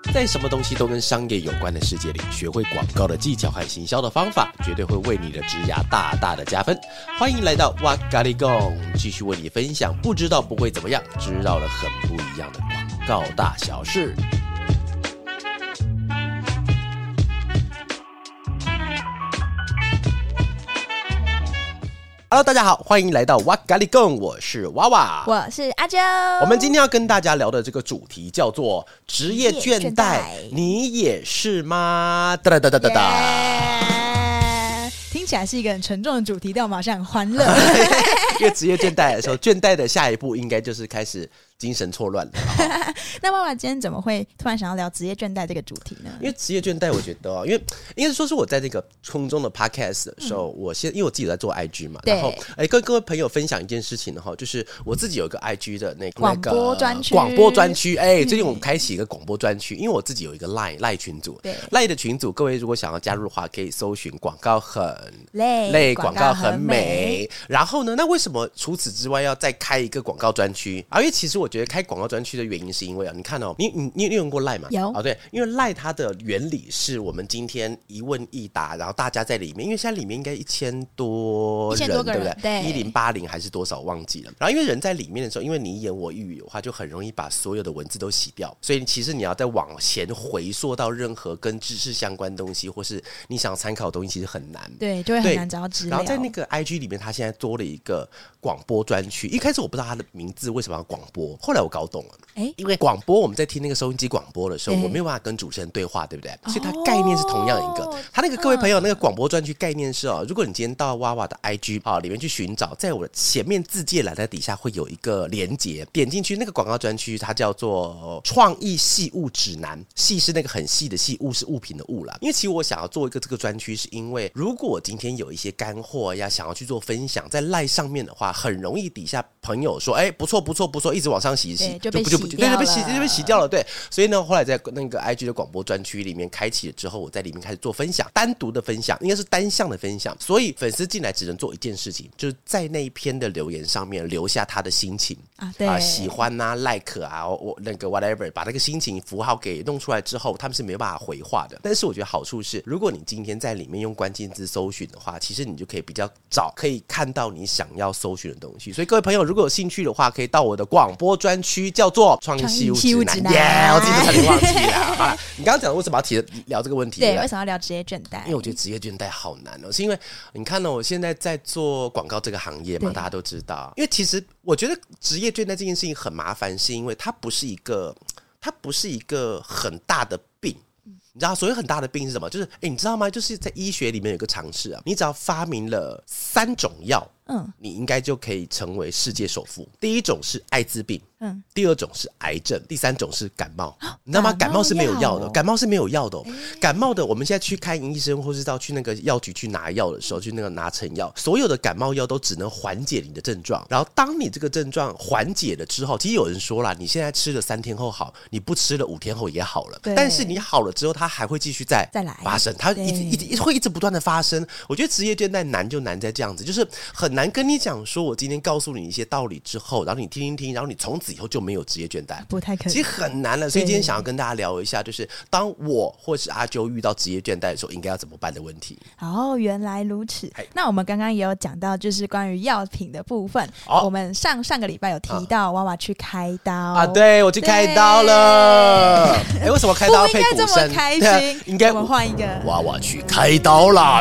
在什么东西都跟商业有关的世界里，学会广告的技巧和行销的方法，绝对会为你的职涯大大的加分。欢迎来到哇咖哩贡，继续为你分享不知道不会怎么样，知道了很不一样的广告大小事。Hello， 大家好，欢迎来到哇咖哩贡，我是娃娃， 我是阿啾。 我们今天要跟大家聊的这个主题叫做职业倦怠，你也是吗？哒哒哒哒哒。 听起来是一个很沉重的主题，但我们好像很欢乐。 因为职业倦怠的时候，倦怠的下一步应该就是开始精神错乱了。 那娃娃今天怎么会突然想要聊职业倦怠这个主题呢？ 因为职业倦怠，我觉得因为应该说是我在这个空中的 podcast 的时候，因为我自己在做 IG 嘛，然后跟各位朋友分享一件事情哈，就是我自己有一个 IG 的那个广播专区， 最近我们开启一个广播专区，因为我自己有一个 Line 群组，Line 的群组，各位如果想要加入的话，可以搜寻广告很累，广告很美。然后呢，那为什么除此之外要再开一个广告专区啊？因为其实我觉得开广告专区的原因是因为你看哦，你用过 Line 吗？ 有对，因为 Line 它的原理是我们今天一问一答，然后大家在里面，因为现在里面应该1000多人，对不对？1080还是多少忘记了。然后因为人在里面的时候，因为你一言我一语的话，就很容易把所有的文字都洗掉，所以其实你要再往前回溯到任何跟知识相关的东西，或是你想参考的东西，其实很难。 对，就会很难找到资料。 然后在那个 IG 里面，它现在多了一个广播专区。一开始我不知道它的名字为什么要广播，后来我搞懂了。因为广播我们在听那个收音机广播的时候，我没有办法跟主持人对话，对不对？所以它概念是同样一个。它那个各位朋友，那个广播专区概念是如果你今天到娃娃的 IG 里面去寻找，在我的前面自介栏的底下会有一个连结，点进去那个广告专区，它叫做创意细物指南。细是那个很细的细，物是物品的物啦。因为其实我想要做一个这个专区，是因为如果我今天有一些干货呀，想要去做分享，在 LINE 上面的话，很容易底下朋友说，不错，一直往上洗， 就被洗掉了。对，所以呢，后来在那个 IG 的广播专区里面开启了之后，我在里面开始做分享，单独的分享，应该是单向的分享。所以粉丝进来只能做一件事情，就是在那一篇的留言上面留下他的心情喜欢啊 like 啊，我那个 whatever， 把那个心情符号给弄出来之后，他们是没有办法回话的。但是我觉得好处是，如果你今天在里面用关键字搜寻的话，其实你就可以比较早可以看到你想要搜寻的东西。所以各位朋友如果有兴趣的话，可以到我的广播专区，叫做创意细物指南。我自己都差点忘记了。你刚刚讲的为什么要聊这个问题？ 对，为什么要聊职业倦怠？ 因为我觉得职业倦怠好难是因为你看我现在在做广告这个行业嘛，大家都知道。因为其实我觉得职业倦怠这件事情很麻烦，是因为它不是一个很大的病。你知道所谓很大的病是什么？就是你知道吗？就是在医学里面有个常识你只要发明了3种药，你应该就可以成为世界首富。第一种是艾滋病，第二种是癌症，第三种是感冒。你知道吗？感冒是没有药的，感冒的我们现在去看医生，或是到去那个药局去拿药的时候，去那个拿成药，所有的感冒药都只能缓解你的症状。然后当你这个症状缓解了之后，其实有人说啦，你现在吃了3天后好，你不吃了5天后也好了。但是你好了之后，它还会继续再来发生，它会一直不断的发生。我觉得职业倦怠难就难在这样子，就是很难跟你讲说，我今天告诉你一些道理之后，然后你听，然后你从此以后就没有职业倦怠， 不太可能， 其实很难了。所以今天想要跟大家聊一下，就是当我或是阿啾遇到职业倦怠的时候，应该要怎么办的问题。 原来如此。那我们刚刚也有讲到，就是关于药品的部分。我们上个礼拜有提到娃娃去开刀对，我去开刀了。为什么开刀要配鼓声？ 不应该这么开心， 应该我们换一个。 娃娃去开刀啦。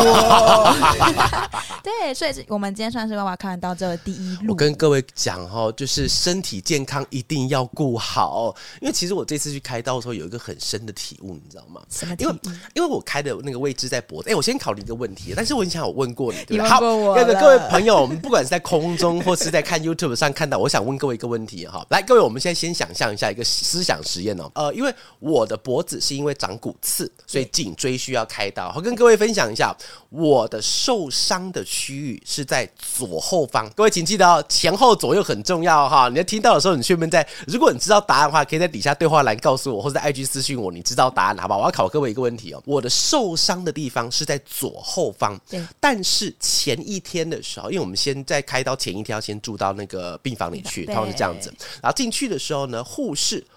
对，所以我们今天算是娃娃看到这个第一路。 我跟各位讲就是身体健康一定要顾好，因为其实我这次去开刀的时候有一个很深的体悟，你知道吗？ 什么体悟？ 因为我开的那个位置在脖子。我先考虑一个问题，但是我以前有问过你，对不对？ 你问过我了。 好，各位朋友，我们不管是在空中或是在看 YouTube 上看到，我想问各位一个问题来，各位，我们现在先想象一下一个思想实验因为我的脖子是因为长骨刺，所以颈椎需要开刀。我跟各位分享一下，我的受伤的区域是在左后方。各位请记得前后左右很重要你在听到的时候，你顺便如果你知道答案的话，可以在底下对话栏告诉我，或者在 IG 私讯我，你知道答案好不好？我要考各位一个问题我的受伤的地方是在左后方，但是前一天的时候，因为我们先在开刀前一天要先住到那个病房里去，通常是这样子。然后进去的时候呢，护士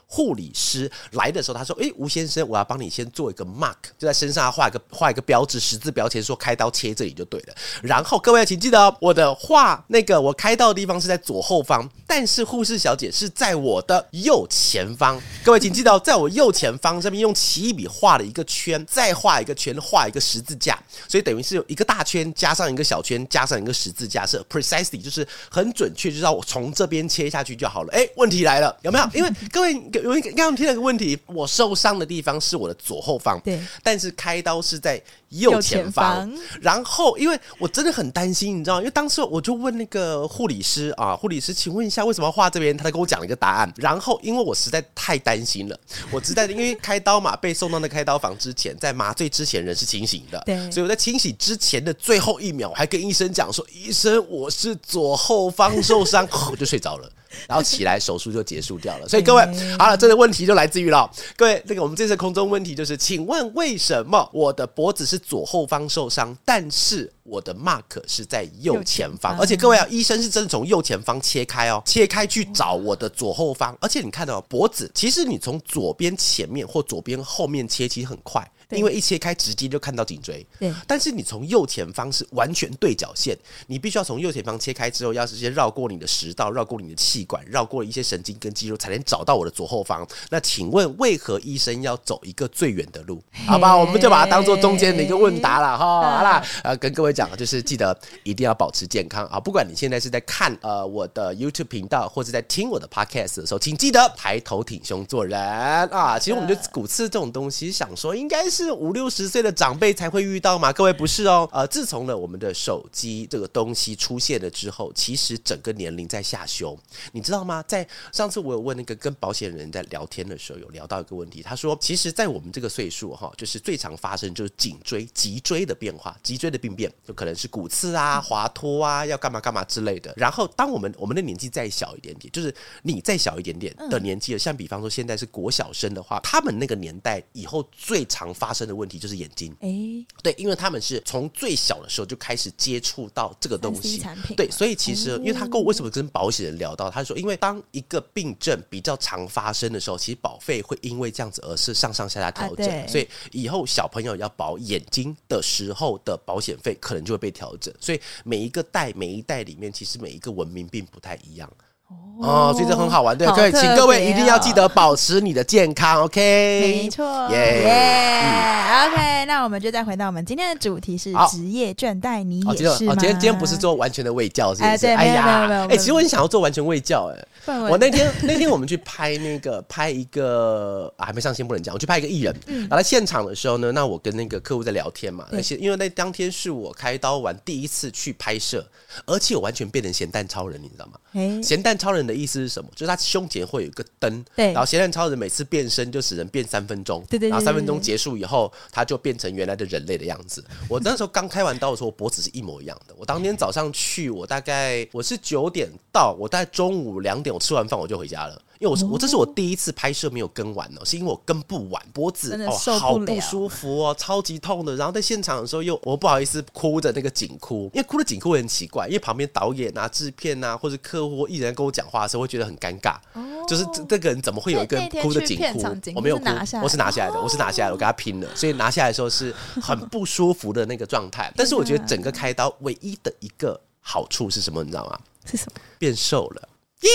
护理师来的时候，他说：“吴先生，我要帮你先做一个 mark， 就在身上画一个标志，十字标签，说开刀切这里就对了。然后各位请记得哦，我的画那个我开刀的地方是在左后方，但是护士小姐是在我的右前方。各位请记得哦，在我右前方这边用奇异笔画了一个圈，再画一个圈，画一个十字架，所以等于是有一个大圈加上一个小圈加上一个十字架，是 precisely 就是很准确，就是要我从这边切下去就好了。问题来了，有没有？因为各位有一个刚刚听了个问题，我受伤的地方是我的左后方，对，但是开刀是在右前方。然后因为我真的很担心，你知道，因为当时我就问那个护理师啊，护理师，请问一下为什么要画这边？他跟我讲了一个答案。然后因为我实在太担心了，我实在因为开刀嘛，被送到那开刀房之前，在麻醉之前人是清醒的，对，所以我在清醒之前的最后1秒，我还跟医生讲说：“医生，我是左后方受伤。”我就睡着了。然后起来手术就结束掉了。所以各位好了，这个问题就来自于了各位那个我们这次空中问题就是请问为什么我的脖子是左后方受伤，但是我的 mark 是在右前方？而且各位啊，医生是真的从右前方切开哦，切开去找我的左后方。而且你看到脖子，其实你从左边前面或左边后面切其实很快，因为一切开直接就看到颈椎。但是你从右前方是完全对角线，你必须要从右前方切开之后，要先绕过你的食道，绕过你的气管，绕过一些神经跟肌肉，才能找到我的左后方。那请问为何医生要走一个最远的路？好吧，我们就把它当做中间的一个问答了哈。好啦，跟各位讲，就是记得一定要保持健康啊！不管你现在是在看我的 YouTube 频道，或者在听我的 Podcast 的时候，请记得抬头挺胸做人啊！其实我们就骨刺这种东西，想说应该是50-60岁的长辈才会遇到嘛，各位不是哦。自从了我们的手机这个东西出现了之后，其实整个年龄在下修，你知道吗？在上次我有问那个跟保险人在聊天的时候，有聊到一个问题，他说，其实，在我们这个岁数哈，就是最常发生就是颈椎、脊椎的变化，脊椎的病变，就可能是骨刺啊、滑脱啊，要干嘛干嘛之类的。然后，当我们的年纪再小一点点，就是你再小一点点的年纪了，像比方说现在是国小生的话，他们那个年代以后最常发生的问题就是眼睛。对，因为他们是从最小的时候就开始接触到这个东西，对，所以其实因为他跟我为什么跟保险人聊到，他说因为当一个病症比较常发生的时候，其实保费会因为这样子而是上上下下调整，所以以后小朋友要保眼睛的时候的保险费可能就会被调整，所以每一代里面其实每一个文明病不太一样。所以这很好玩，对，可以，请各位一定要记得保持你的健康 ，OK？ 没错，OK， 那我们就再回到我们今天的主题是职业倦怠，你也是吗？ 今天不是做完全的卫教，是不是？哎呀，其实我很想要做完全卫教，我那天我们去拍一个还没上线不能讲，我去拍一个艺人，然后在现场的时候呢，那我跟那个客户在聊天嘛，因为那当天是我开刀完第一次去拍摄，而且我完全变成咸蛋超人，你知道吗？咸蛋超人的意思是什么？就是他胸前会有一个灯，然后咸蛋超人每次变身就只能变3分钟，然后3分钟结束以后，他就变成原来的人类的样子。我那时候刚开完刀的时候，我脖子是一模一样的。我当天早上去，我是9点到，我大概中午2点我吃完饭我就回家了。因为我这是我第一次拍摄没有跟完是因为我跟不完，脖子好不舒服超级痛的。然后在现场的时候我不好意思哭着那个紧哭，因为哭的紧哭很奇怪，因为旁边导演啊、制片啊或者客户或艺人跟我讲话的时候，会觉得很尴尬。就是这个人怎么会有一个人哭的紧哭？我没有哭，我是拿下来的，我跟他拼了，所以拿下来的时候是很不舒服的那个状态。但是我觉得整个开刀唯一的一个好处是什么？你知道吗？ 是什么？ 变瘦了。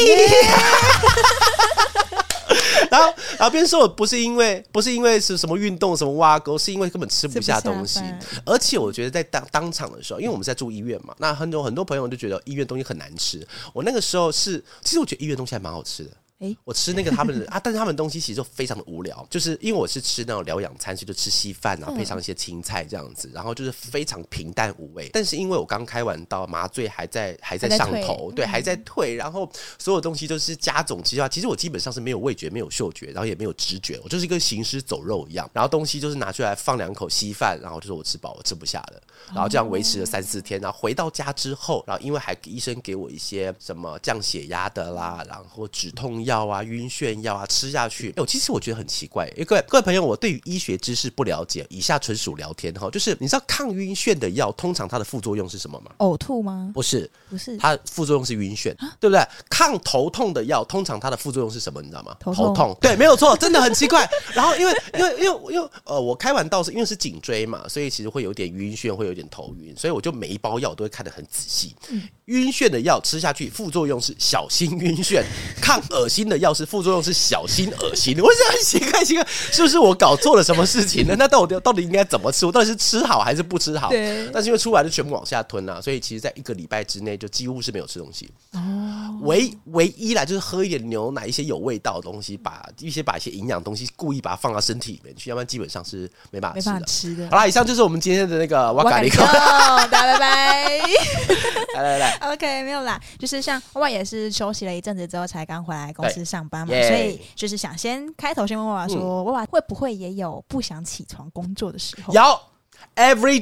然后变瘦不是因为是什么运动什么挖沟，是因为根本吃不下东西。而且我觉得在当场的时候，因为我们在住医院嘛，那很多朋友就觉得医院东西很难吃。我那个时候其实我觉得医院东西还蛮好吃的。我吃那个他们的但是他们东西其实就非常的无聊，就是因为我是吃那种疗养餐，所以就吃稀饭啊，配上一些青菜这样子，然后就是非常平淡无味。但是因为我刚开完刀，麻醉还在上头，对，还在退，然后所有东西都是加总之下，其实我基本上是没有味觉、没有嗅觉，然后也没有知觉，我就是一个行尸走肉一样。然后东西就是拿出来放2口稀饭，然后就是我吃饱，我吃不下了。然后这样维持了3-4天，然后回到家之后，然后因为医生给我一些什么降血压的啦，然后止痛药药啊、晕眩药啊吃下去，其实我觉得很奇怪。各位朋友，我对于医学知识不了解，以下纯属聊天哈。就是你知道抗晕眩的药通常它的副作用是什么吗？ 呕吐吗？ 不是， 不是， 它副作用是晕眩，对不对？抗头痛的药通常它的副作用是什么？你知道吗？头痛，对，没有错，真的很奇怪。然后因为我开完刀是因为是颈椎嘛，所以其实会有点晕眩，会有点头晕，所以我就每一包药都会看得很仔细。晕眩的药吃下去，副作用是小心晕眩；抗恶心的药是副作用是小心恶心。我想奇怪，是不是我搞错了什么事情呢？那到底应该怎么吃？我到底是吃好还是不吃好？对。但是因为出来就全部往下吞啊，所以其实在1个礼拜之内就几乎是没有吃东西。唯一啦，就是喝一点牛奶，一些有味道的东西，把一些营养东西故意把它放到身体里面去，要不然基本上是没办法吃的。好啦，以上就是我们今天的那个哇咖哩口， 大家拜拜。 来 OK， 没有啦，就是像娃娃也是休息了一阵子之后才刚回来公司上班嘛，所以就是想开头先问娃娃说，娃娃会不会也有不想起床工作的时候？ 有 ，every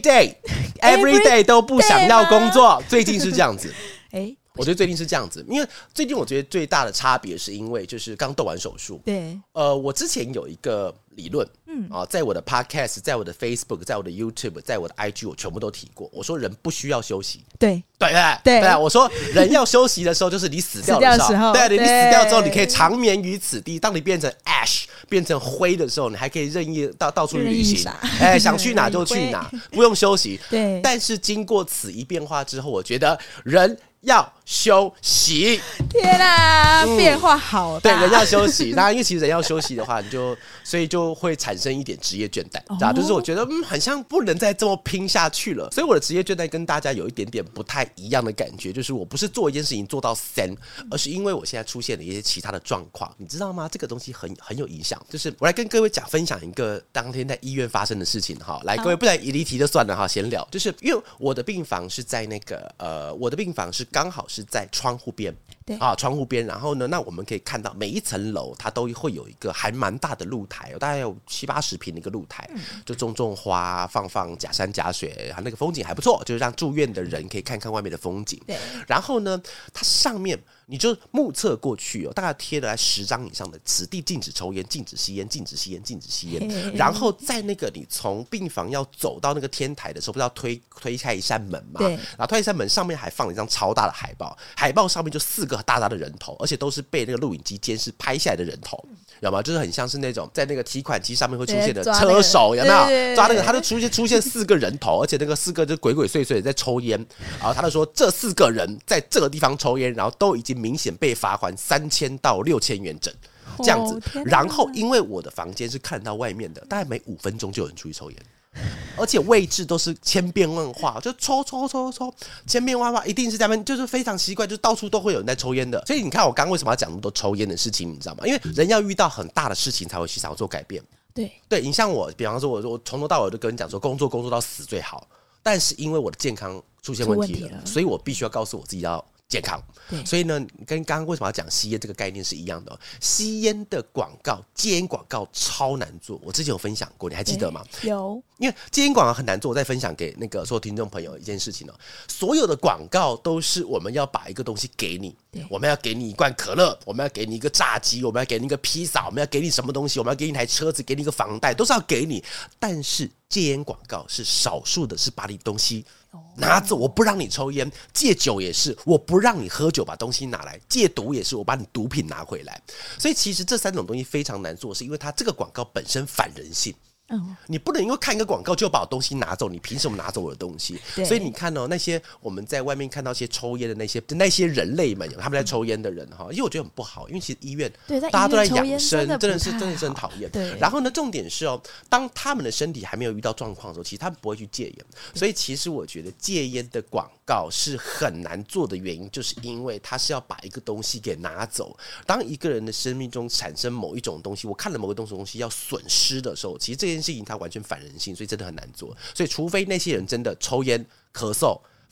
day 都不想要工作，最近是这样子。我觉得最近是这样子，因为最近我觉得最大的差别是因为就是刚动完手术。 对， 我之前有一个理论，在我的 podcast， 在我的 Facebook， 在我的 YouTube， 在我的 IG， 我全部都提过。我说人不需要休息。对，我说人要休息的时候，就是你死掉的时候。对，你死掉之后，你可以长眠于此地。当你变成 ash， 变成灰的时候，你还可以任意到处旅行，想去哪就去哪，不用休息。对，但是经过此一变化之后，我觉得人要休息。 天啊，变化好大。 对，人要休息。当然，因为其实人要休息的话，所以就会产生一点职业倦怠，就是我觉得很像不能再这么拼下去了。所以我的职业倦怠跟大家有一点点不太一样的感觉，就是我不是做一件事情做到3，而是因为我现在出现了一些其他的状况，你知道吗？这个东西很有影响。就是我来跟各位分享一个当天在医院发生的事情哈。来，各位不然一离题就算了哈，闲聊。就是因为我的病房是在那个我的病房是刚好是在窗户边。对啊，窗户边，然后呢，那我们可以看到每一层楼它都会有一个还蛮大的露台，大概有70-80坪的一个露台，就种花，放假山假水，那个风景还不错，就是让住院的人可以看看外面的风景。对，然后呢，它上面你就目测过去大概贴了10张以上的此地禁止抽烟、禁止吸烟、禁止吸烟、禁止吸烟。然后在那个你从病房要走到那个天台的时候，不是要推开一扇门嘛？对，然后推一扇门上面还放了一张超大的海报，海报上面就4个大大的人头，而且都是被那个录影机监视拍下来的人头，有吗？就是很像是那种在那个提款机上面会出现的车手，有没有？抓那个他就出现4个人头，而且那个4个就鬼鬼祟祟的在抽烟。然后他就说这4个人在这个地方抽烟，然后都已经明显被罚款3000到6000元整，这样子。然后因为我的房间是看到外面的，大概每5分钟就有人出去抽烟。而且位置都是千变万化，就抽，千变万化，一定是在那边，就是非常奇怪，就到处都会有人在抽烟的。所以你看，我刚刚为什么要讲那么多抽烟的事情，你知道吗？因为人要遇到很大的事情才会去想要做改变。对，你像我，比方说我从头到尾都跟你讲说，工作到死最好，但是因为我的健康出现问题了，所以我必须要告诉我自己要健康。所以呢，跟刚刚为什么要讲吸烟这个概念是一样的。吸烟的广告，戒烟广告超难做，我之前有分享过，你还记得吗？ 有， 因为戒烟广告很难做。我再分享给那个所有听众朋友一件事情所有的广告都是我们要把一个东西给你，我们要给你一罐可乐，我们要给你一个炸鸡，我们要给你一个披萨，我们要给你什么东西，我们要给你一台车子，给你一个房贷，都是要给你。但是戒烟广告是少数的，是把你东西拿走，我不让你抽烟。戒酒也是，我不让你喝酒，把东西拿来。戒毒也是，我把你毒品拿回来。所以其实这3种东西非常难做，是因为它这个广告本身反人性。你不能因为看一个广告就把我东西拿走，你凭什么拿走我的东西？所以你看那些我们在外面看到一些抽烟的那些人类们，他们在抽烟的人因为我觉得很不好，因为其实医院大家都在养生，真的是很讨厌。然后呢，重点是当他们的身体还没有遇到状况的时候，其实他们不会去戒烟。所以其实我觉得戒烟的广告是很难做的原因，就是因为他是要把一个东西给拿走。当一个人的生命中产生某一种东西，我看了某个东西要损失的时候，其实这件事情它完全反人性，所以真的很难做。所以除非那些人真的抽烟、咳嗽、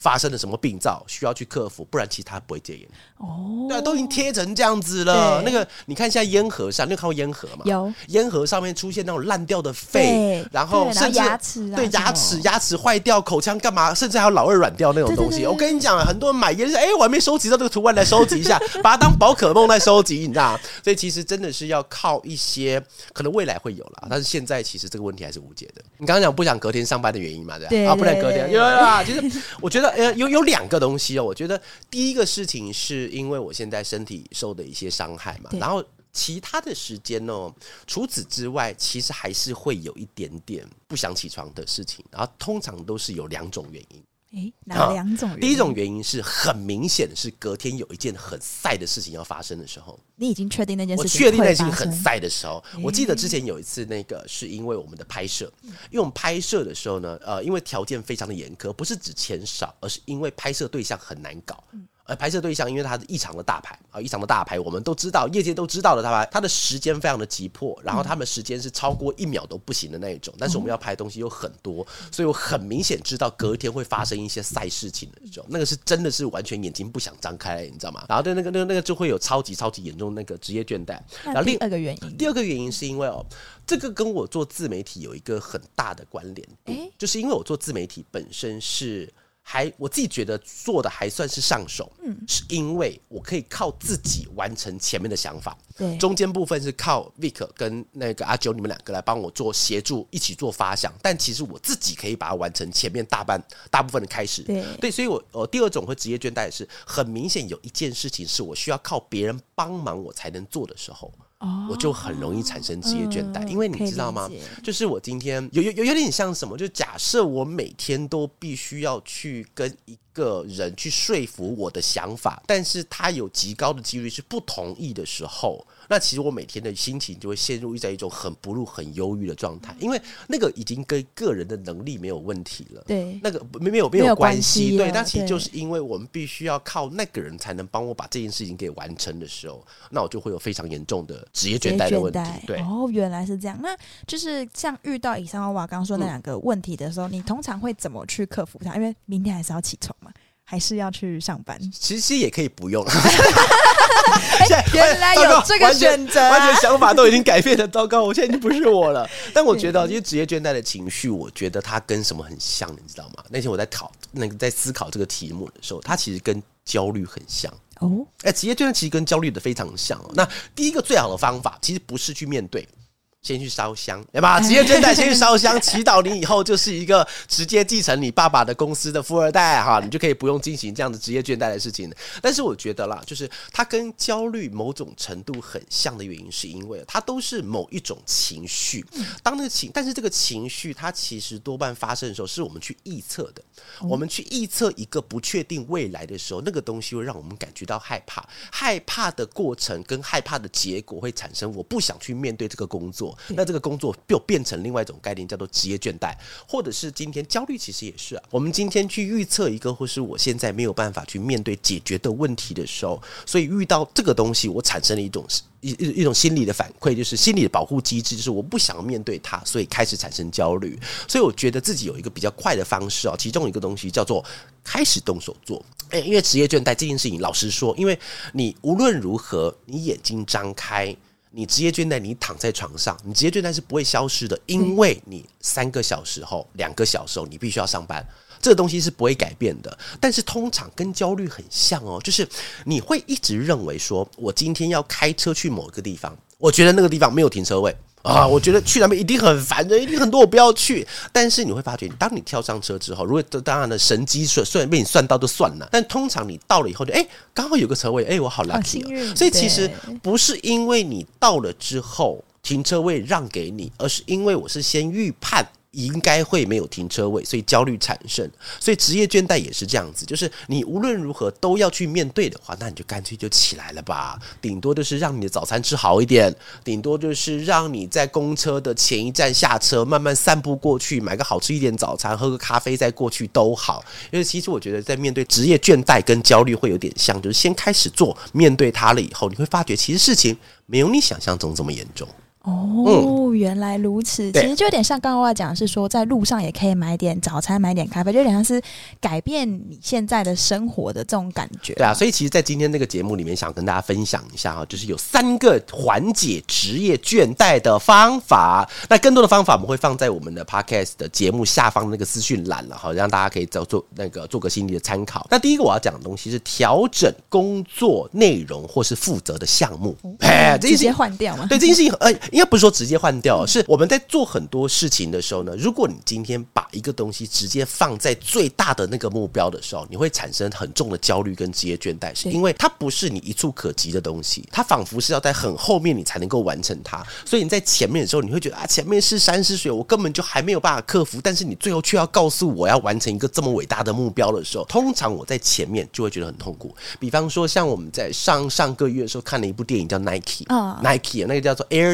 发生了什么病灶需要去克服，不然其实他不会戒烟。对啊，都已经贴成这样子了。那个你看现在烟盒上，你有看过烟盒吗？ 有， 烟盒上面出现那种烂掉的肺，然后甚至牙齿对牙齿坏掉，口腔干嘛，甚至还有老二软掉那种东西。我跟你讲，很多人买烟是我还没收集到这个图案来收集一下，把它当宝可梦来收集，你知道吗？所以其实真的是要靠一些，可能未来会有啦，但是现在其实这个问题还是无解的。你刚刚讲不想隔天上班的原因嘛，对吧？不能隔天，有啦。其实我觉得有两个东西哦。我觉得第一个事情是因为我现在身体受的一些伤害嘛，然后其他的时间哦，除此之外，其实还是会有一点点不想起床的事情，然后通常都是有2种原因。 哪2种原因？ 第一种原因是很明显的是隔天有一件很晒的事情要发生的时候， 你已经确定那件事情， 我确定那件事情很晒的时候，我记得之前有一次那个是因为我们的拍摄，因为我们拍摄的时候呢，因为条件非常的严苛，不是指钱少，而是因为拍摄对象很难搞。拍摄对象因为他是异常的大牌异常的大牌，我们都知道，业界都知道的大牌，他的时间非常的急迫，然后他们的时间是超过1秒都不行的那一种，但是我们要拍的东西有很多，所以我很明显知道隔天会发生一些赛事情的时候，那个是真的是完全眼睛不想张开，你知道吗？然后对那个就会有超级严重的那个职业倦怠。然后第二个原因是因为这个跟我做自媒体有一个很大的关联度，就是因为我做自媒体本身是。我自己觉得做的还算是上手，是因为我可以靠自己完成前面的想法，中间部分是靠 Vic 跟那个阿九你们2个来帮我做协助，一起做发想，但其实我自己可以把它完成前面大部分的开始。对，所以我第二种会职业倦怠的是很明显有一件事情是我需要靠别人帮忙我才能做的时候。我就很容易产生职业倦怠，因为你知道吗？就是我今天有点像什么，就假设我每天都必须要去跟一个人去说服我的想法，但是他有极高的几率是不同意的时候，那其实我每天的心情就会陷入在一种很不入、很忧郁的状态，因为那个已经跟个人的能力没有问题了， 对， 那个没有关系，对，但其实就是因为我们必须要靠那个人才能帮我把这件事情给完成的时候，那我就会有非常严重的职业倦怠的问题。对， 原来是这样。那就是像遇到以上娃刚刚说那2个问题的时候，你通常会怎么去克服它？因为明天还是要起床嘛，还是要去上班？ 其实也可以不用。 原来有这个选择， 完全想法都已经改变了，糟糕，我现在已经不是我了。但我觉得，其实职业倦怠的情绪，我觉得它跟什么很像，你知道吗？那天我在思考这个题目的时候，它其实跟焦虑很像。职业倦怠其实跟焦虑的非常像。那第一个最好的方法，其实不是去面对。先去烧香，对吧？职业倦怠，先去烧香，祈祷你以后就是一个直接继承你爸爸的公司的富二代哈，你就可以不用进行这样的职业倦怠的事情。但是我觉得啦，就是它跟焦虑某种程度很像的原因，是因为它都是某一种情绪。但是这个情绪它其实多半发生的时候，是我们去臆测的。我们去臆测一个不确定未来的时候，那个东西会让我们感觉到害怕。害怕的过程跟害怕的结果会产生我不想去面对这个工作。那这个工作就变成另外一种概念，叫做职业倦怠，或者是今天焦虑，其实也是我们今天去预测一个，或是我现在没有办法去面对解决的问题的时候，所以遇到这个东西，我产生了一种心理的反馈，就是心理的保护机制，就是我不想面对它，所以开始产生焦虑。所以我觉得自己有一个比较快的方式其中一个东西叫做开始动手做。因为职业倦怠这件事情，老实说，因为你无论如何，你眼睛张开。你职业倦怠，你躺在床上，你职业倦怠是不会消失的，因为你3个小时后、2个小时后，你必须要上班，这个东西是不会改变的。但是通常跟焦虑很像就是你会一直认为说，我今天要开车去某个地方，我觉得那个地方没有停车位。我觉得去那边一定很烦的，一定很多我不要去。但是你会发觉，当你跳上车之后，如果当然的神机算被你算到就算了，但通常你到了以后就刚好有个车位，我好 lucky 所以其实不是因为你到了之后停车位让给你，而是因为我是先预判应该会没有停车位，所以焦虑产生。所以职业倦怠也是这样子，就是你无论如何都要去面对的话，那你就干脆就起来了吧。顶多就是让你的早餐吃好一点，顶多就是让你在公车的前一站下车，慢慢散步过去，买个好吃一点早餐，喝个咖啡再过去都好。因为其实我觉得在面对职业倦怠跟焦虑会有点像，就是先开始做，面对它了以后，你会发觉其实事情没有你想象中这么严重。 原来如此。其实就有点像刚刚我讲的是说，在路上也可以买点早餐，买点咖啡，就有点像是改变你现在的生活的这种感觉。 对啊，所以其实在今天这个节目里面想跟大家分享一下，就是有3个缓解职业倦怠的方法。那更多的方法我们会放在我们的 podcast 的节目下方那个资讯栏了，让大家可以做个心理的参考。那第一个我要讲的东西是调整工作内容或是负责的项目。 直接换掉吗？ 对，这件事情应该不是说直接换掉，是我们在做很多事情的时候呢，如果你今天把一个东西直接放在最大的那个目标的时候，你会产生很重的焦虑跟职业倦怠，是因为它不是你一触可及的东西，它仿佛是要在很后面你才能够完成它。所以你在前面的时候，你会觉得前面是山是水，我根本就还没有办法克服，但是你最后却要告诉我要完成一个这么伟大的目标的时候，通常我在前面就会觉得很痛苦。比方说像我们在上个月的时候看了一部电影叫 Nike 那个叫做 Air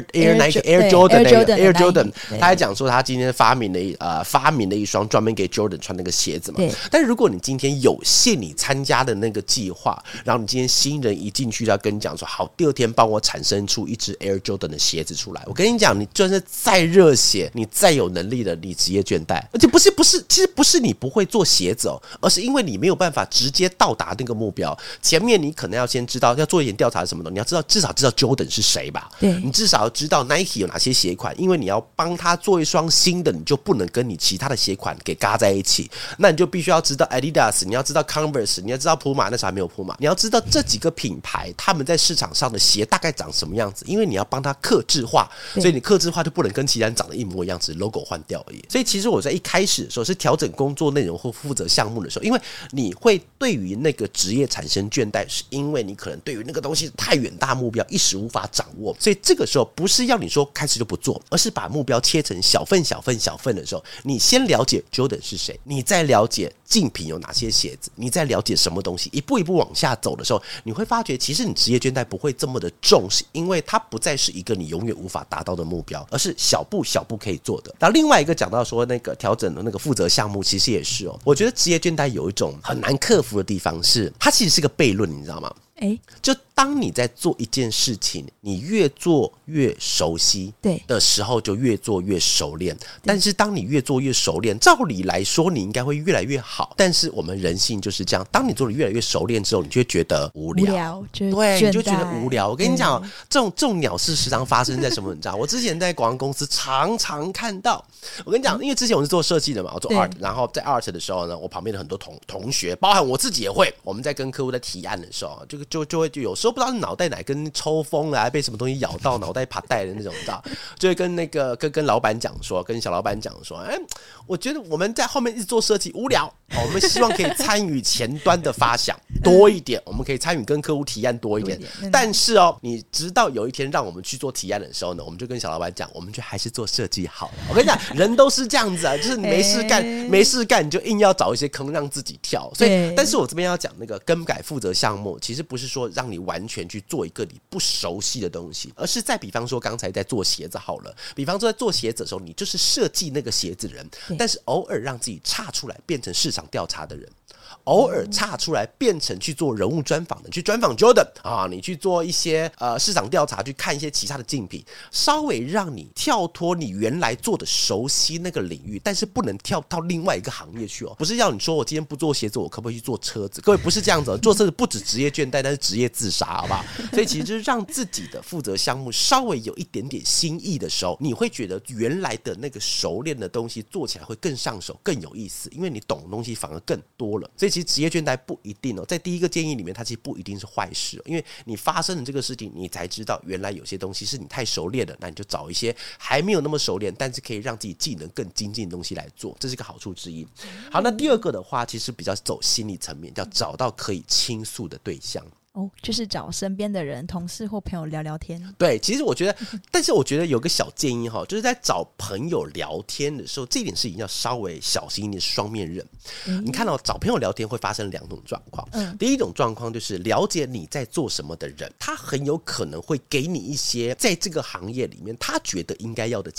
Jordan， 他还讲说他今天发明了一双专门给 Jordan 穿那个鞋子嘛。但是如果你今天有幸你参加的那个计划，然后你今天新人一进去就要跟你讲说好，第2天帮我产生出一只 Air Jordan 的鞋子出来，我跟你讲，你就算是再热血，你再有能力的，你职业倦怠。而且其实不是你不会做鞋子而是因为你没有办法直接到达那个目标。前面你可能要先知道，要做一点调查是什么东西，你要至少知道 Jordan 是谁吧？对，你至少要知道 Nike 有哪些鞋款，因为你要帮他做一双新的，你就不能跟你其他的鞋款给嘎在一起。那你就必须要知道 Adidas， 你要知道 Converse， 你要知道 Puma， 那时候还没有 Puma， 你要知道这几个品牌他们在市场上的鞋大概长什么样子，因为你要帮他客制化，所以你客制化就不能跟其他人长得一模一样，只是 logo 换掉而已。所以其实我在一开始的时候是调整工作内容或负责项目的时候，因为你会对于那个职业产生倦怠，是因为你可能对于那个东西太远大目标一时无法掌握，所以这个时候不是要你说开始就不做，而是把目标切成小份的时候，你先了解 Jordan 是谁，你再了解竞品有哪些鞋子，你再了解什么东西，一步一步往下走的时候，你会发觉其实你职业倦怠不会这么的重，是因为它不再是一个你永远无法达到的目标，而是小步可以做的。然后另外一个讲到说那个调整的那个负责项目，其实也是我觉得职业倦怠有一种很难克服的地方是，它其实是个悖论，你知道吗？就当你在做一件事情，你越做越熟悉的时候，就越做越熟练。但是当你越做越熟练，照理来说你应该会越来越好。但是我们人性就是这样，当你做的越来越熟练之后，你就会觉得无聊，对，你就觉得无聊。我跟你讲，这种鸟事时常发生在什么？你知道，我之前在广告公司常常看到。我跟你讲，因为之前我是做设计的嘛，我做 art， 然后在 art 的时候呢，我旁边的很多同学，包含我自己也会，我们在跟客户在提案的时候，就会有时候不知道是脑袋哪根抽风了，还被什么东西咬到脑袋爬带的那种，你知道，就会跟老板讲说，跟小老板讲说，我觉得我们在后面一直做设计无聊，我们希望可以参与前端的发想多一点，我们可以参与跟客户提案多一点。但是你直到有一天让我们去做提案的时候呢，我们就跟小老板讲，我们就还是做设计好了。我跟你讲，人都是这样子啊，就是你没事干你就硬要找一些坑让自己跳。所以，但是我这边要讲那个更改负责项目，其实不是说让你完全去做一个你不熟悉的东西，而是在比方说刚才在做鞋子好了，比方说在做鞋子的时候，你就是设计那个鞋子人，但是偶尔让自己岔出来变成市场调查的人，偶尔岔出来变成去做人物专访的，去专访 Jordan 啊，你去做一些市场调查，去看一些其他的竞品，稍微让你跳脱你原来做的熟悉那个领域，但是不能跳到另外一个行业去不是要你说我今天不做鞋子，我可不可以去做车子？各位不是这样子做车子不止职业倦怠，但是职业自杀，好不好？所以其实就是让自己的负责项目稍微有一点点新意的时候，你会觉得原来的那个熟练的东西做起来会更上手，更有意思，因为你懂的东西反而更多了。所以其实职业倦怠不一定在第一个建议里面，它其实不一定是坏事因为你发生的这个事情，你才知道原来有些东西是你太熟练了，那你就找一些还没有那么熟练，但是可以让自己技能更精进的东西来做，这是一个好处之一。好，那第二个的话，其实比较走心理层面，叫找到可以倾诉的对象。 就是找身边的人，同事或朋友聊聊天。 对，其实我觉得，但是我觉得有个小建议就是在找朋友聊天的时候，这点事情要稍微小心一点，双面人。你看找朋友聊天会发生两种状况。第一种状况就是了解你在做什么的人，他很有可能会给你一些在这个行业里面他觉得应该要的建议。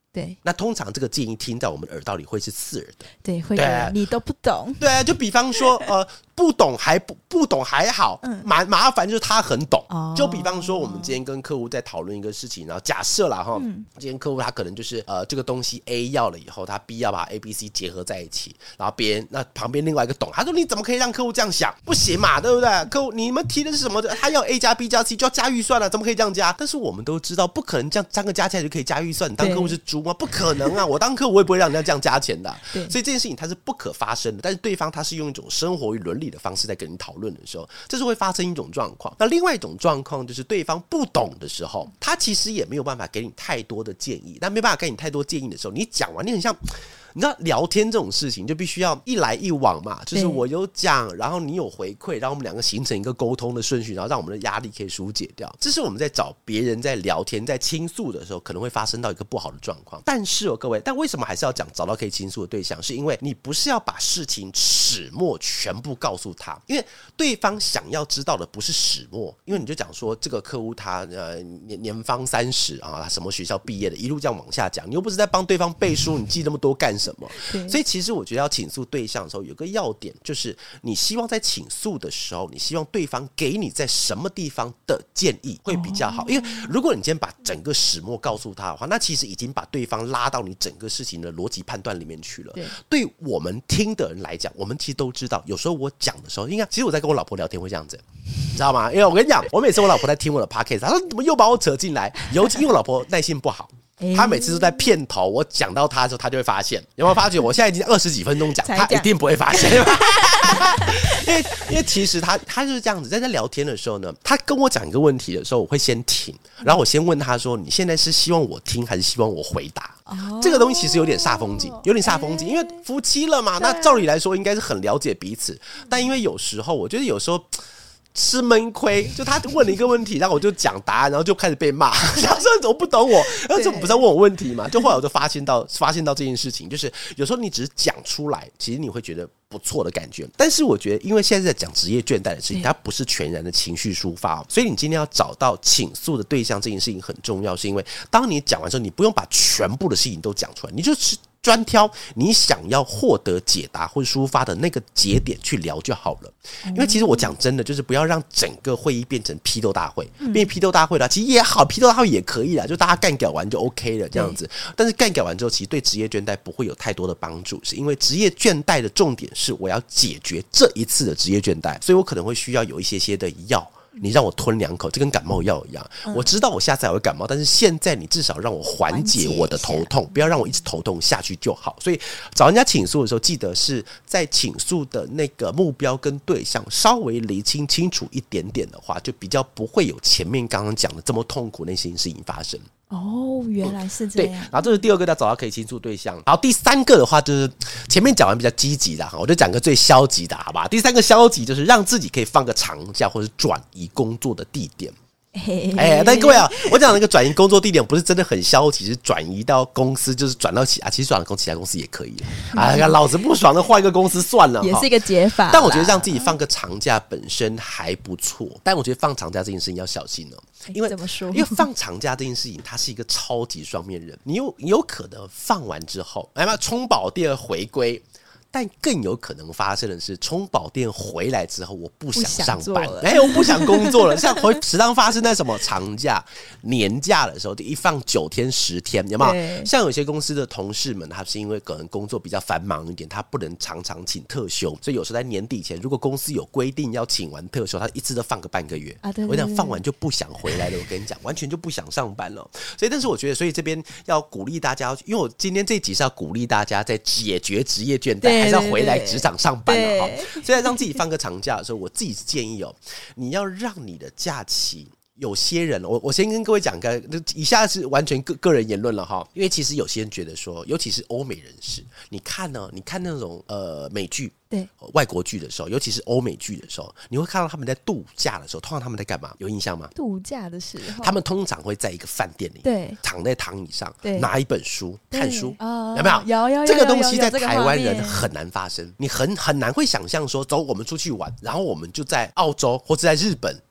对， 那通常这个建议听在我们耳道里会是刺耳的， 对，会觉得你都不懂。 对啊，就比方说不懂还好，麻烦就是他很懂。就比方说我们今天跟客户在讨论一个事情，然后假设啦今天客户他可能就是这个东西 A 要了以后，他 B 要把 A、B、C 结合在一起，然后那旁边另外一个懂，他说你怎么可以让客户这样想？不行嘛，对不对？客户你们提的是什么？他要 A 加 B 加 C 就要加预算了，怎么可以这样加？但是我们都知道不可能这样三个加起来就可以加预算，你当客户是猪吗？不可能啊！我当客户我也不会让人家这样加钱的，所以这件事情它是不可发生的。但是对方他是用一种生活与伦理的方式在跟你讨论的时候，这是会发生一种状况。那另外一种状况就是对方不懂的时候，他其实也没有办法给你太多的建议。但没办法给你太多建议的时候，你讲完你很像。你知道聊天这种事情就必须要一来一往嘛，就是我有讲，然后你有回馈，让我们两个形成一个沟通的顺序，然后让我们的压力可以疏解掉。这是我们在找别人在聊天在倾诉的时候可能会发生到一个不好的状况。但是各位，但为什么还是要讲找到可以倾诉的对象？是因为你不是要把事情始末全部告诉他，因为对方想要知道的不是始末。因为你就讲说这个客户他年方30啊，他什么学校毕业的，一路这样往下讲，你又不是在帮对方背书，你记那么多干什么？所以其实我觉得要倾诉对象的时候有个要点，就是你希望在倾诉的时候，你希望对方给你在什么地方的建议会比较好。因为如果你今天把整个始末告诉他的话，那其实已经把对方拉到你整个事情的逻辑判断里面去了。对我们听的人来讲，我们其实都知道，有时候我讲的时候，应该其实我在跟我老婆聊天会这样子，你知道吗？因为我跟你讲，我每次我老婆在听我的 podcast， 她说你怎么又把我扯进来？尤其因为我老婆耐心不好。他每次都在片头，我讲到他的时候，他就会发现。有没有发觉？我现在已经20几分钟讲，他一定不会发现。因为其实他就是这样子，在聊天的时候呢，他跟我讲一个问题的时候，我会先停，然后我先问他说：“你现在是希望我听，还是希望我回答？”这个东西其实有点煞风景，因为夫妻了嘛，那照理来说应该是很了解彼此，但因为有时候，我觉得有时候。吃闷亏，就他问了一个问题，然后我就讲答案，然后就开始被骂。他说你怎么不懂我？然后这不是在问我问题吗？就后来我就发现到这件事情，就是有时候你只是讲出来，其实你会觉得不错的感觉。但是我觉得，因为现在在讲职业倦怠的事情，它不是全然的情绪抒发，所以你今天要找到倾诉的对象，这件事情很重要，是因为当你讲完之后，你不用把全部的事情都讲出来，你就是专挑你想要获得解答或抒发的那个节点去聊就好了。因为其实我讲真的，就是不要让整个会议变成批斗大会。因为批斗大会啦，其实也好，批斗大会也可以啦，就大家干屌完就 OK 了这样子。但是干屌完之后，其实对职业倦怠不会有太多的帮助，是因为职业倦怠的重点是我要解决这一次的职业倦怠，所以我可能会需要有一些的药。你让我吞2口，这跟感冒药一样。我知道我下次还会感冒，但是现在你至少让我缓解我的头痛，不要让我一直头痛下去就好。所以找人家倾诉的时候，记得是在倾诉的那个目标跟对象稍微厘清清楚一点点的话，就比较不会有前面刚刚讲的这么痛苦那些事情发生。 哦，原来是这样。 对，然后这是第2个要找到可以倾诉对象。然后第3个的话，就是前面讲完比较积极的，我就讲个最消极的，好吧？第3个消极就是让自己可以放个长假，或者转移工作的地点。但各位啊，我讲那个转移工作地点不是真的很消极，是转移到公司，就是转到其实转到其他公司也可以老子不爽的换一个公司算了， 也是一个解法。 但我觉得让自己放个长假本身还不错，但我觉得放长假这件事情要小心哦。因为怎么说？ 因为放长假这件事情，它是一个超级双面人。你有可能放完之后，充饱电回归。但更有可能发生的是，充饱电回来之后，我不想上班，我不想工作了。像时常发生在什么长假、年假的时候，就一放9天、10天，有没有？像有些公司的同事们，他是因为可能工作比较繁忙一点，他不能常常请特休，所以有时候在年底前，如果公司有规定要请完特休，他一次都放个半个月。我讲放完就不想回来了，我跟你讲，完全就不想上班了。所以，但是我觉得，所以这边要鼓励大家，因为我今天这集是要鼓励大家在解决职业倦怠。还是要回来职场上班了哈，所以让自己放个长假的时候，我自己是建议你要让你的假期。有些人，我先跟各位讲个，以下是完全个人言论了哈，因为其实有些人觉得说，尤其是欧美人士，你看那种美剧。对，外国剧的时候，尤其是欧美剧的时候，你会看到他们在度假的时候，通常他们在干嘛？有印象吗？ 度假的时候， 他们通常会在一个饭店里， 对， 躺在躺椅上，拿一本书看书，有没有？有这个东西在台湾人很难发生，你很难会想象说，走，我们出去玩，然后我们就在澳洲或者在日本。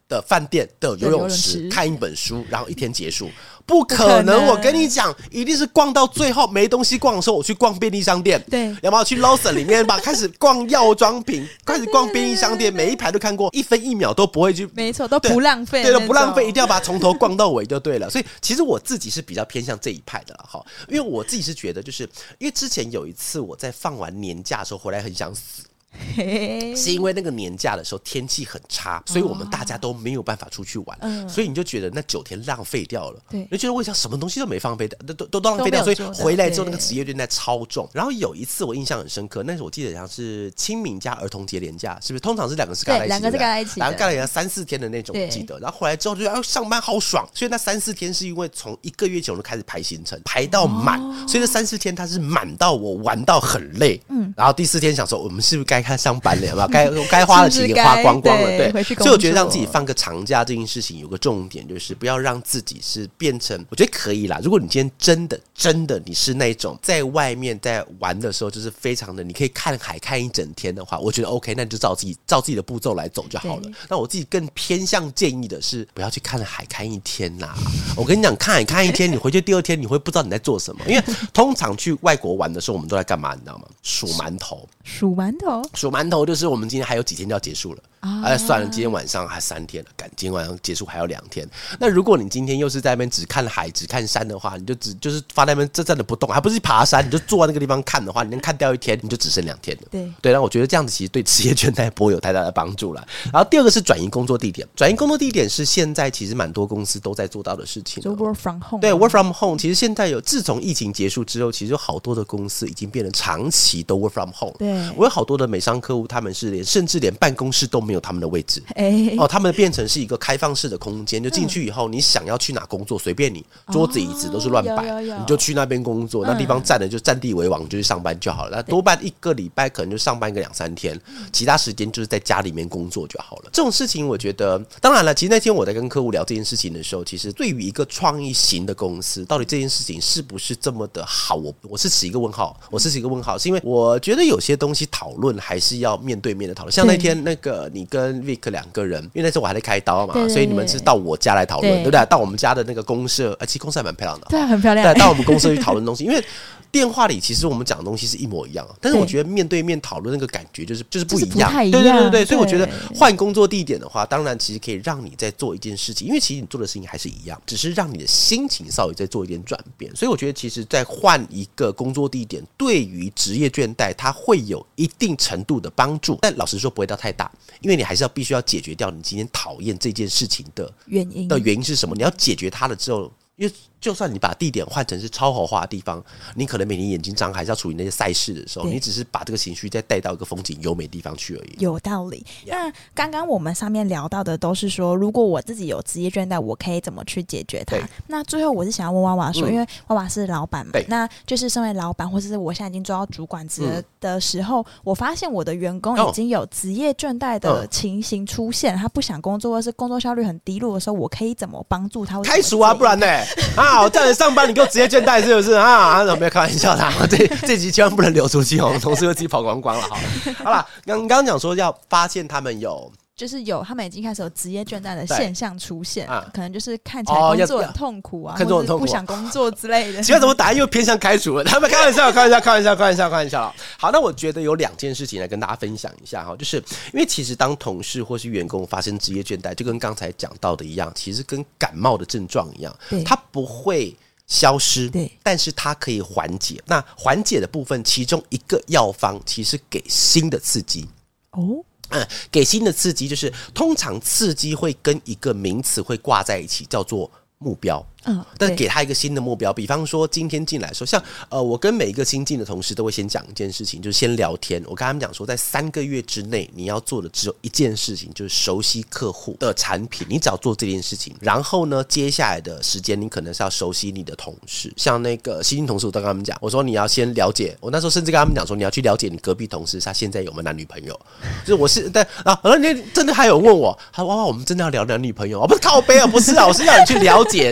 的饭店的游泳池看一本书，然后一天结束。不可能，我跟你讲，一定是逛到最后没东西逛的时候，我去逛便利商店， 对， 有没有去 Lawson 里面吧？开始逛药妆品，开始逛便利商店，每一排都看过，1分1秒都不会去， 没错，都不浪费， 对，都不浪费，一定要把它从头逛到尾就对了。所以其实我自己是比较偏向这一派的啦，哈，因为我自己是觉得，就是因为之前有一次我在放完年假的时候回来很想死。是因为那个年假的时候天气很差，所以我们大家都没有办法出去玩，所以你就觉得那9天浪费掉了，你就觉得我想什么东西都没放飞掉，都浪费掉，所以回来之后那个职业倦怠超重。然后有一次我印象很深刻，那时候我记得好像是清明加儿童节连假，是不是？通常是2个是盖在一起的， 2个是盖在一起的， 然后盖了3、4天的那种，我记得。然后回来之后就觉得上班好爽，所以那3、4天是因为从1个月前我就开始排行程，排到满，所以这3、4天它是满到我玩到很累，然后第4天想说我们是不是该开上班了？该花的钱也花光光了，对，所以我觉得让自己放个长假这件事情有个重点，就是不要让自己是变成，我觉得可以啦。如果你今天真的你是那种在外面在玩的时候，就是非常的你可以看海看一整天的话，我觉得 OK， 那你就照自己的步骤来走就好了。那我自己更偏向建议的是，不要去看海看一天呐。我跟你讲，看海看一天，你回去第2天你会不知道你在做什么，因为通常去外国玩的时候，我们都在干嘛？你知道吗？数馒头就是我们今天还有几天就要结束了。算了，今天晚上还3天了，今天晚上结束还有2天。那如果你今天又是在那边只看海只看山的话，你就是发在那边站着不动，还不是爬山，你就坐在那个地方看的话，你能看掉1天，你就只剩2天了。对，那我觉得这样子其实对职业倦怠不会有太大的帮助了。然后第2个是转移工作地点，转移工作地点是现在其实蛮多公司都在做到的事情。 就 work from home， 对 work from home， 其实现在自从疫情结束之后，其实有好多的公司已经变成长期都 work from home。对，我有好多的美商客户，他们是甚至连办公室都没有他们的位置。他们变成是一个开放式的空间，就进去以后，你想要去哪工作随便你，桌子椅子都是乱摆，你就去那边工作，那地方站的就占地为王，就去上班就好了。那多半1个礼拜可能就上班个2、3天，其他时间就是在家里面工作就好了。这种事情我觉得，当然了，其实那天我在跟客户聊这件事情的时候，其实对于一个创意型的公司，到底这件事情是不是这么的好，我是持一个问号。是因为我觉得有些东西讨论还是要面对面的讨论。像那天那个你跟 Vic 2个人，因为那时候我还在开刀嘛，所以你们是到我家来讨论，对不对？到我们家的那个公社，其实公社还蛮漂亮的， 对，很漂亮。 对，到我们公社去讨论东西，因为电话里其实我们讲的东西是一模一样，但是我觉得面对面讨论那个感觉就是不一样，对，所以我觉得换工作地点的话，当然其实可以让你在做一件事情，因为其实你做的事情还是一样，只是让你的心情稍微再做一点转变。所以我觉得其实在换一个工作地点，对于职业倦怠它会有一定程度的帮助，但老实说不会到太大，因为你还是必须要解决掉你今天讨厌这件事情的原因是什么，你要解决它了之后。因为就算你把地点换成是超豪华的地方，你可能每天眼睛张还是要处理那些赛事的时候，你只是把这个情绪再带到一个风景优美的地方去而已。 有道理。那刚刚我们上面聊到的都是说，如果我自己有职业倦怠，我可以怎么去解决它？那最后我是想要问娃娃说，因为娃娃是老板嘛，那就是身为老板，或者是我现在已经做到主管职的时候，我发现我的员工已经有职业倦怠的情形出现，他不想工作，或是工作效率很低落的时候，我可以怎么帮助他？ 开除啊，不然呢？我叫你上班，你给我职业倦怠是不是啊？没有开玩笑的，这集千万不能流出去哦，同事会自己跑光光了。好了，刚刚讲说要发现他们就是他们已经开始有职业倦怠的现象出现，可能就是看起来工作很痛苦啊，或者不想工作之类的。 奇怪，怎么答案又偏向开除了？他们开玩笑。好，那我觉得有2件事情来跟大家分享一下哈，就是因为其实当同事或是员工发生职业倦怠，就跟刚才讲到的一样，其实跟感冒的症状一样，它不会消失，但是它可以缓解。那缓解的部分，其中一个药方其实给新的刺激给新的刺激，就是通常刺激会跟一个名词会挂在一起，叫做目标。但给他一个新的目标，比方说今天进来说，像我跟每一个新进的同事都会先讲一件事情，就是先聊天。我跟他们讲说，在3个月之内，你要做的只有一件事情，就是熟悉客户的产品。你只要做这件事情，然后呢，接下来的时间你可能是要熟悉你的同事。像那个新进同事，我都跟他们讲，我说你要先了解。我那时候甚至跟他们讲说，你要去了解你隔壁同事他现在有没有男女朋友。就是你真的还有问我，他哇，我们真的要聊男女朋友？不是靠背啊，不是啊，我是要你去了解人家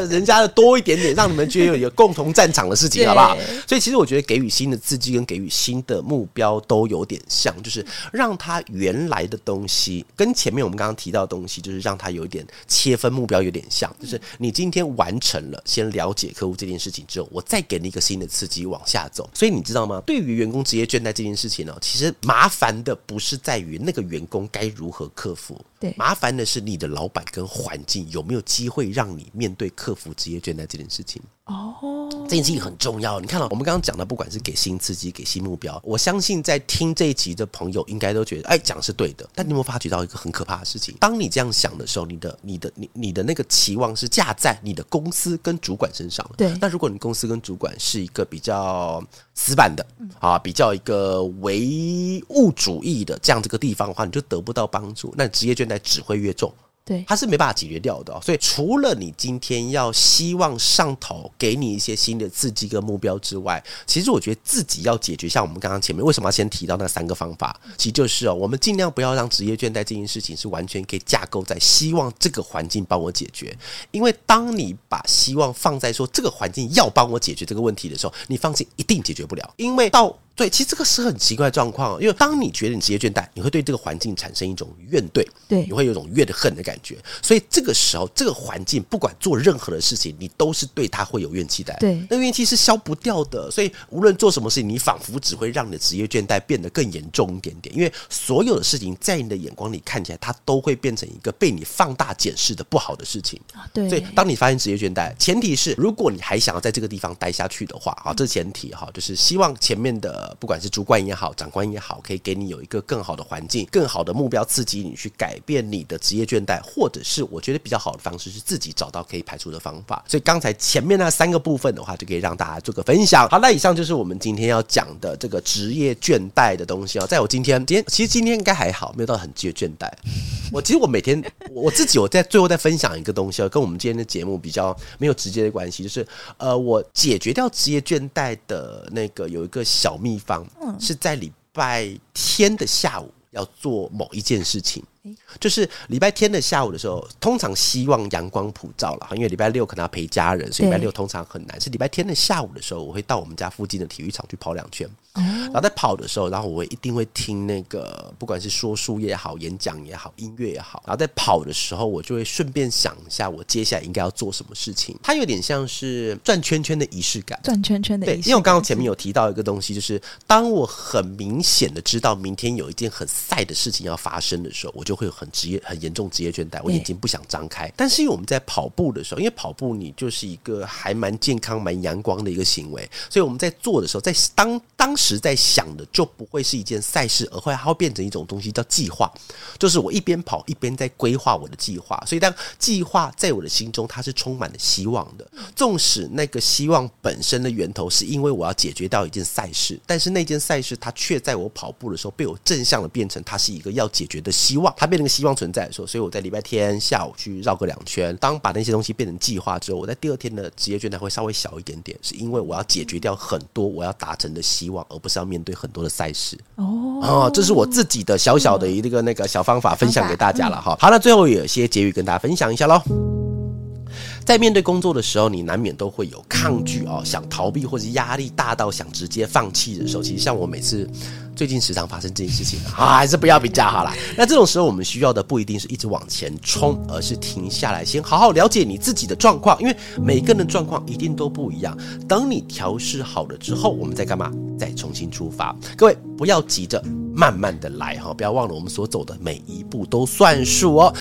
人家的多一点点，让你们觉得有一个共同战场的事情，好不好？所以其实我觉得给予新的刺激跟给予新的目标都有点像，就是让他原来的东西跟前面我们刚刚提到的东西，就是让他有一点切分目标有点像，就是你今天完成了先了解客户这件事情之后，我再给你一个新的刺激往下走。所以你知道吗？对于员工职业倦怠这件事情呢，其实麻烦的不是在于那个员工该如何克服，对，麻烦的是你的老板跟环境有没有机会让你面对克服职业倦怠这件事情。这件事情很重要。你看我们刚刚讲的，不管是给新刺激给新目标，我相信在听这一集的朋友应该都觉得讲的是对的。但你有没有发觉到一个很可怕的事情？当你这样想的时候，你的那个期望是架在你的公司跟主管身上。对，那如果你公司跟主管是一个比较死板的比较一个唯物主义的这样这个地方的话，你就得不到帮助，那职业倦怠只会越重。对，它是没办法解决掉的。所以除了你今天要希望上头给你一些新的刺激跟目标之外，其实我觉得自己要解决，像我们刚刚前面为什么要先提到那3个方法，其实就是我们尽量不要让职业倦怠这件事情是完全可以架构在希望这个环境帮我解决。因为当你把希望放在说这个环境要帮我解决这个问题的时候，你放心一定解决不了。因为对，其实这个是很奇怪的状况，因为当你觉得你职业倦怠，你会对这个环境产生一种怨怼，对，你会有一种怨恨的感觉，所以这个时候这个环境不管做任何的事情，你都是对他会有怨气的，对，那怨气是消不掉的，所以无论做什么事情，你仿佛只会让你的职业倦怠变得更严重一点点，因为所有的事情在你的眼光里看起来，它都会变成一个被你放大检视的不好的事情，对，所以当你发现职业倦怠，前提是如果你还想要在这个地方待下去的话，这前提就是希望前面的不管是主管也好长官也好，可以给你有一个更好的环境，更好的目标刺激你去改变你的职业倦怠，或者是我觉得比较好的方式是自己找到可以排除的方法。所以刚才前面那3个部分的话，就可以让大家做个分享。好，那以上就是我们今天要讲的这个职业倦怠的东西。在我今天其实今天应该还好，没有到很职业倦怠。其实我每天我自己有在最后再分享一个东西，跟我们今天的节目比较没有直接的关系，就是我解决掉职业倦怠的那个有一个小秘方，是在礼拜天的下午要做某一件事情。就是礼拜天的下午的时候，通常希望阳光普照啦，因为礼拜六可能要陪家人，所以礼拜六通常很难。是礼拜天的下午的时候，我会到我们家附近的体育场去跑2圈。然后在跑的时候，然后我一定会听那个不管是说书也好，演讲也好，音乐也好。然后在跑的时候，我就会顺便想一下我接下来应该要做什么事情。它有点像是转圈圈的仪式感，转圈圈的仪式感。对，因为我刚刚前面有提到一个东西，就是当我很明显的知道明天有一件很晒的事情要发生的时候，我就会有很严重职业倦怠，我眼睛不想张开。但是因为我们在跑步的时候，因为跑步你就是一个还蛮健康蛮阳光的一个行为，所以我们在做的时候，在当时在想的就不会是一件赛事，而它会变成一种东西叫计划，就是我一边跑一边在规划我的计划。所以当计划在我的心中它是充满了希望的，纵使那个希望本身的源头是因为我要解决到一件赛事，但是那件赛事它却在我跑步的时候被我正向的变成它是一个要解决的希望，它变成一个希望存在的时候，所以我在礼拜天下午去绕个2圈，当把那些东西变成计划之后，我在第2天的职业倦怠会稍微小一点点，是因为我要解决掉很多我要达成的希望，而不是要面对很多的赛事。这是我自己的小小的一个那个小方法分享给大家了哈。好，那最后有些结语跟大家分享一下咯。在面对工作的时候，你难免都会有抗拒想逃避或者压力大到想直接放弃的时候，其实像我每次最近时常发生这件事情还是不要比较好啦。那这种时候我们需要的不一定是一直往前冲，而是停下来先好好了解你自己的状况，因为每个人的状况一定都不一样。等你调试好了之后，我们再干嘛？再重新出发。各位不要急着，慢慢的来不要忘了我们所走的每一步都算数